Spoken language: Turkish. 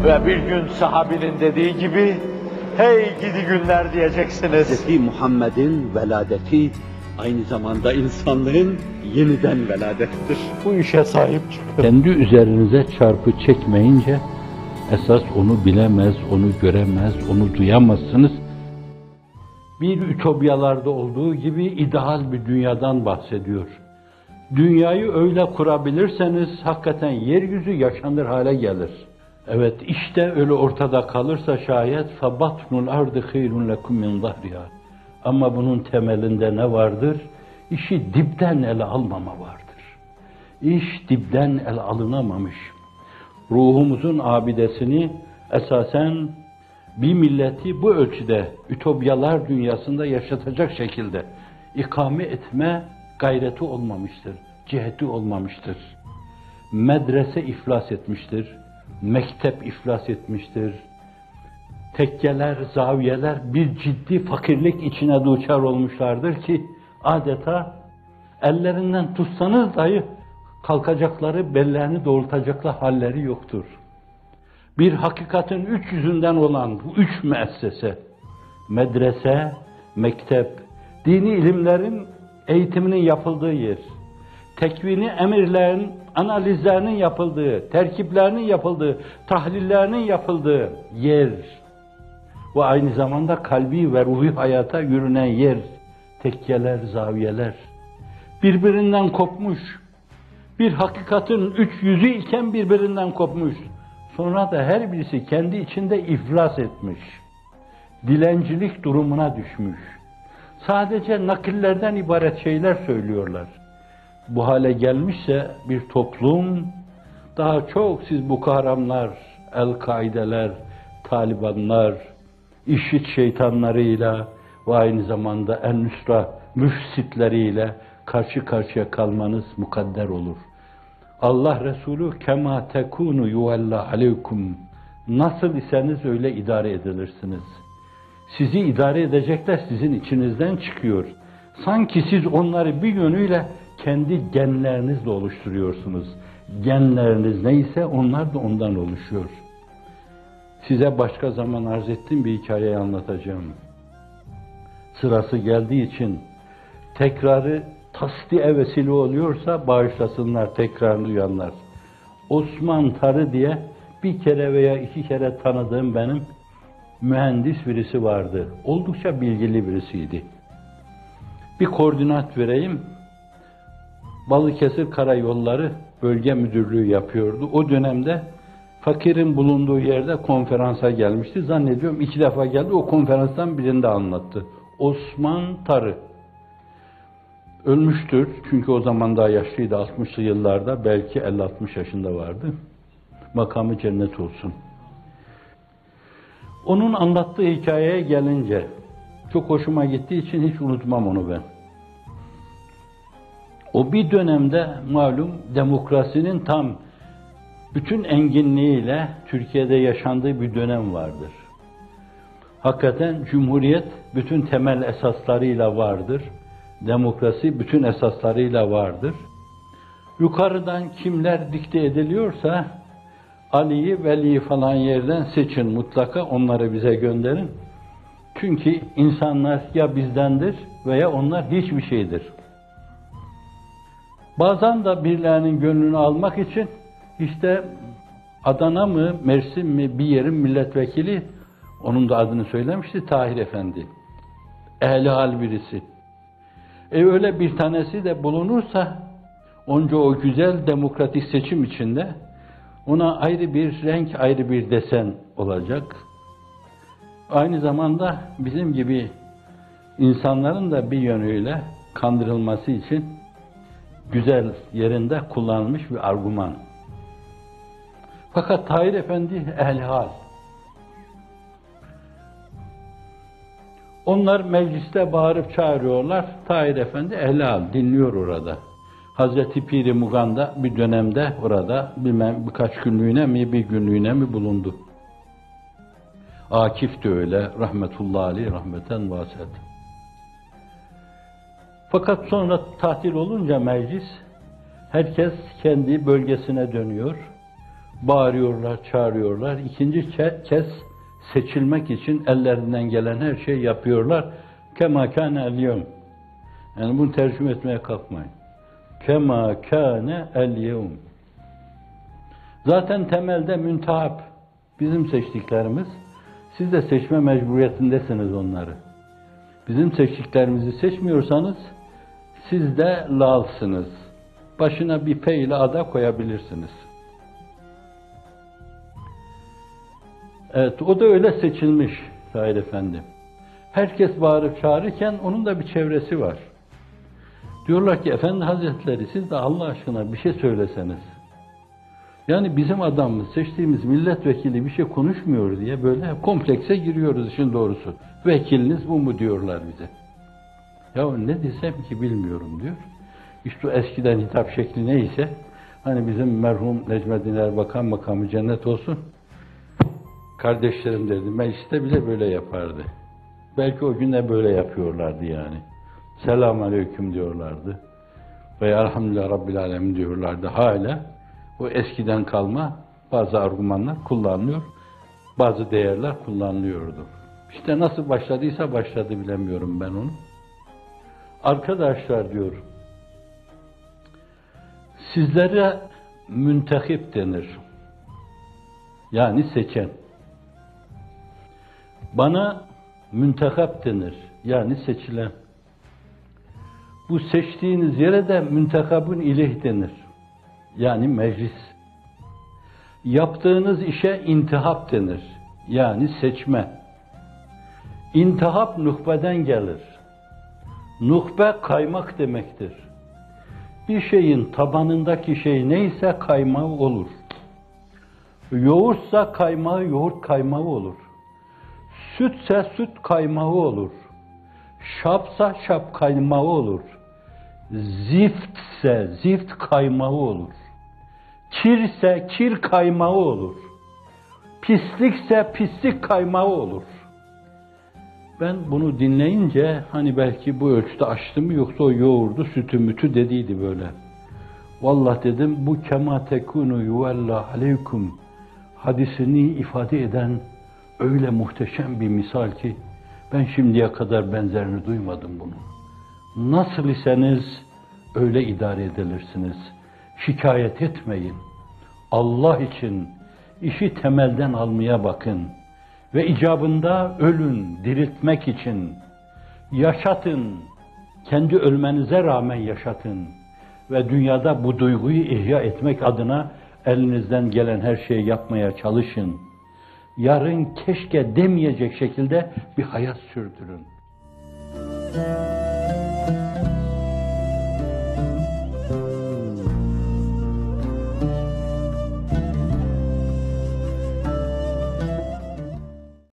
Ve bir gün sahabinin dediği gibi, hey gidi günler diyeceksiniz. Hz. Muhammed'in veladeti aynı zamanda insanlığın yeniden veladettir. Bu işe sahip çıkın. Kendi üzerinize çarpı çekmeyince, esas onu bilemez, onu göremez, onu duyamazsınız. Bir ütopyalarda olduğu gibi ideal bir dünyadan bahsediyor. Dünyayı öyle kurabilirseniz, hakikaten yeryüzü yaşanır hale gelir. Evet, işte öyle ortada kalırsa şayet فَبَطْنُ الْاَرْضِ خَيْرٌ لَكُمْ مِنْ ظَهْرِهَا. Ama bunun temelinde ne vardır? İşi dipten ele almama vardır. İş dipten ele alınamamış. Ruhumuzun abidesini esasen bir milleti bu ölçüde ütopyalar dünyasında yaşatacak şekilde ikame etme gayreti olmamıştır, ciheti olmamıştır. Medrese iflas etmiştir, mektep iflas etmiştir. Tekkeler, zaviyeler bir ciddi fakirlik içine duçar olmuşlardır ki adeta ellerinden tutsanız dahi kalkacakları, bellerini doğrultacakları halleri yoktur. Bir hakikatin üç yüzünden olan bu üç müessese, medrese, mektep, dini ilimlerin eğitiminin yapıldığı yer, tekvini emirlerin, analizlerinin yapıldığı, terkiplerinin yapıldığı, tahlillerinin yapıldığı yer ve aynı zamanda kalbi ve ruhi hayata yürünen yer, tekkeler, zaviyeler, birbirinden kopmuş, bir hakikatin üç yüzü iken birbirinden kopmuş, sonra da her birisi kendi içinde iflas etmiş, dilencilik durumuna düşmüş, sadece nakillerden ibaret şeyler söylüyorlar. Bu hale gelmişse bir toplum, daha çok siz bu kahramanlar, El-Kaideler, Talibanlar, IŞİD şeytanlarıyla ve aynı zamanda En-Nusra müfsitleriyle karşı karşıya kalmanız mukadder olur. Allah Resulü kema tekunu yuvella aleykum. Nasıl iseniz öyle idare edilirsiniz. Sizi idare edecekler sizin içinizden çıkıyor. Sanki siz onları bir yönüyle kendi genlerinizle oluşturuyorsunuz. Genleriniz neyse onlar da ondan oluşuyor. Size başka zaman arz ettiğim bir hikayeyi anlatacağım. Sırası geldiği için tekrarı tasdiye vesile oluyorsa bağışlasınlar tekrarını duyanlar. Osman Tarı diye bir kere veya iki kere tanıdığım benim mühendis birisi vardı. Oldukça bilgili birisiydi. Bir koordinat vereyim. Balıkesir Karayolları Bölge Müdürlüğü yapıyordu. O dönemde fakirin bulunduğu yerde konferansa gelmişti. Zannediyorum 2 defa geldi. O konferanstan birinde anlattı. Osman Tarı. Ölmüştür. Çünkü o zaman daha yaşlıydı. 60'lı yıllarda. Belki 50-60 yaşında vardı. Makamı cennet olsun. Onun anlattığı hikayeye gelince çok hoşuma gittiği için hiç unutmam onu ben. O bir dönemde malum demokrasinin tam bütün enginliğiyle Türkiye'de yaşandığı bir dönem vardır. Hakikaten Cumhuriyet bütün temel esaslarıyla vardır. Demokrasi bütün esaslarıyla vardır. Yukarıdan kimler dikte ediliyorsa Ali'yi, Veli'yi falan yerden seçin mutlaka onları bize gönderin. Çünkü insanlar ya bizdendir veya onlar hiçbir şeydir. Bazen de birilerinin gönlünü almak için işte Adana mı, Mersin mi bir yerin milletvekili, onun da adını söylemişti Tahir Efendi. Ehli hal birisi. Öyle bir tanesi de bulunursa onca o güzel demokratik seçim içinde ona ayrı bir renk, ayrı bir desen olacak. Aynı zamanda bizim gibi insanların da bir yönüyle kandırılması için güzel yerinde kullanılmış bir argüman. Fakat Tahir Efendi ehli hal. Onlar mecliste bağırıp çağırıyorlar. Tahir Efendi ehli hal dinliyor orada. Hazreti Piri Muganda bir dönemde orada bilmem birkaç günlüğüne mi bir günlüğüne mi bulundu. Akif de öyle rahmetullahi aleyh rahmeten vasiat. Fakat sonra tatil olunca meclis herkes kendi bölgesine dönüyor. Bağırıyorlar, çağırıyorlar. İkinci kez seçilmek için ellerinden gelen her şeyi yapıyorlar. Kema kâne el-yevm. Yani bunu tercüme etmeye kalkmayın. Kema kâne el-yevm. Zaten temelde müntahap. Bizim seçtiklerimiz. Siz de seçme mecburiyetindesiniz onları. Bizim seçtiklerimizi seçmiyorsanız siz de lalsınız. Başına bir P ile ada koyabilirsiniz. Evet, o da öyle seçilmiş Said Efendi. Herkes bağırıp çağırırken onun da bir çevresi var. Diyorlar ki, Efendi Hazretleri siz de Allah aşkına bir şey söyleseniz. Yani bizim adamımız, seçtiğimiz milletvekili bir şey konuşmuyor diye böyle komplekse giriyoruz işin doğrusu. Vekiliniz bu mu diyorlar bize. Ya ne desem ki bilmiyorum diyor. İşte o eskiden hitap şekli neyse, hani bizim merhum Necmettin Erbakan makamı cennet olsun, kardeşlerim dedi, mecliste bile böyle yapardı. Belki o gün de böyle yapıyorlardı yani. Selamun aleyküm diyorlardı. Ve elhamdülillah Rabbil alemin diyorlardı. Hala o eskiden kalma bazı argümanlar kullanılıyor, bazı değerler kullanılıyordu. İşte nasıl başladıysa başladı, bilemiyorum ben onu. Arkadaşlar diyor, sizlere müntehip denir. Yani seçen. Bana müntehap denir. Yani seçilen. Bu seçtiğiniz yere de müntehabun ileyh denir. Yani meclis. Yaptığınız işe intihap denir. Yani seçme. İntihap nuhbeden gelir. Nuhbe kaymak demektir. Bir şeyin tabanındaki şey neyse kaymağı olur. Yoğurtsa kaymağı yoğurt kaymağı olur. Sütse süt kaymağı olur. Şapsa şap kaymağı olur. Ziftse zift kaymağı olur. Kirse kir kaymağı olur. Pislikse pislik kaymağı olur. Ben bunu dinleyince hani belki bu ölçüde açtı mı yoksa o yoğurdu sütü mütü dediydi böyle. Vallahi dedim bu kema tekunu yuvella aleykum hadisini ifade eden öyle muhteşem bir misal ki ben şimdiye kadar benzerini duymadım bunu. Nasıl iseniz öyle idare edilirsiniz. Şikayet etmeyin. Allah için işi temelden almaya bakın. Ve icabında ölün, diriltmek için. Yaşatın, kendi ölmenize rağmen yaşatın. Ve dünyada bu duyguyu ihya etmek adına elinizden gelen her şeyi yapmaya çalışın. Yarın keşke demeyecek şekilde bir hayat sürdürün.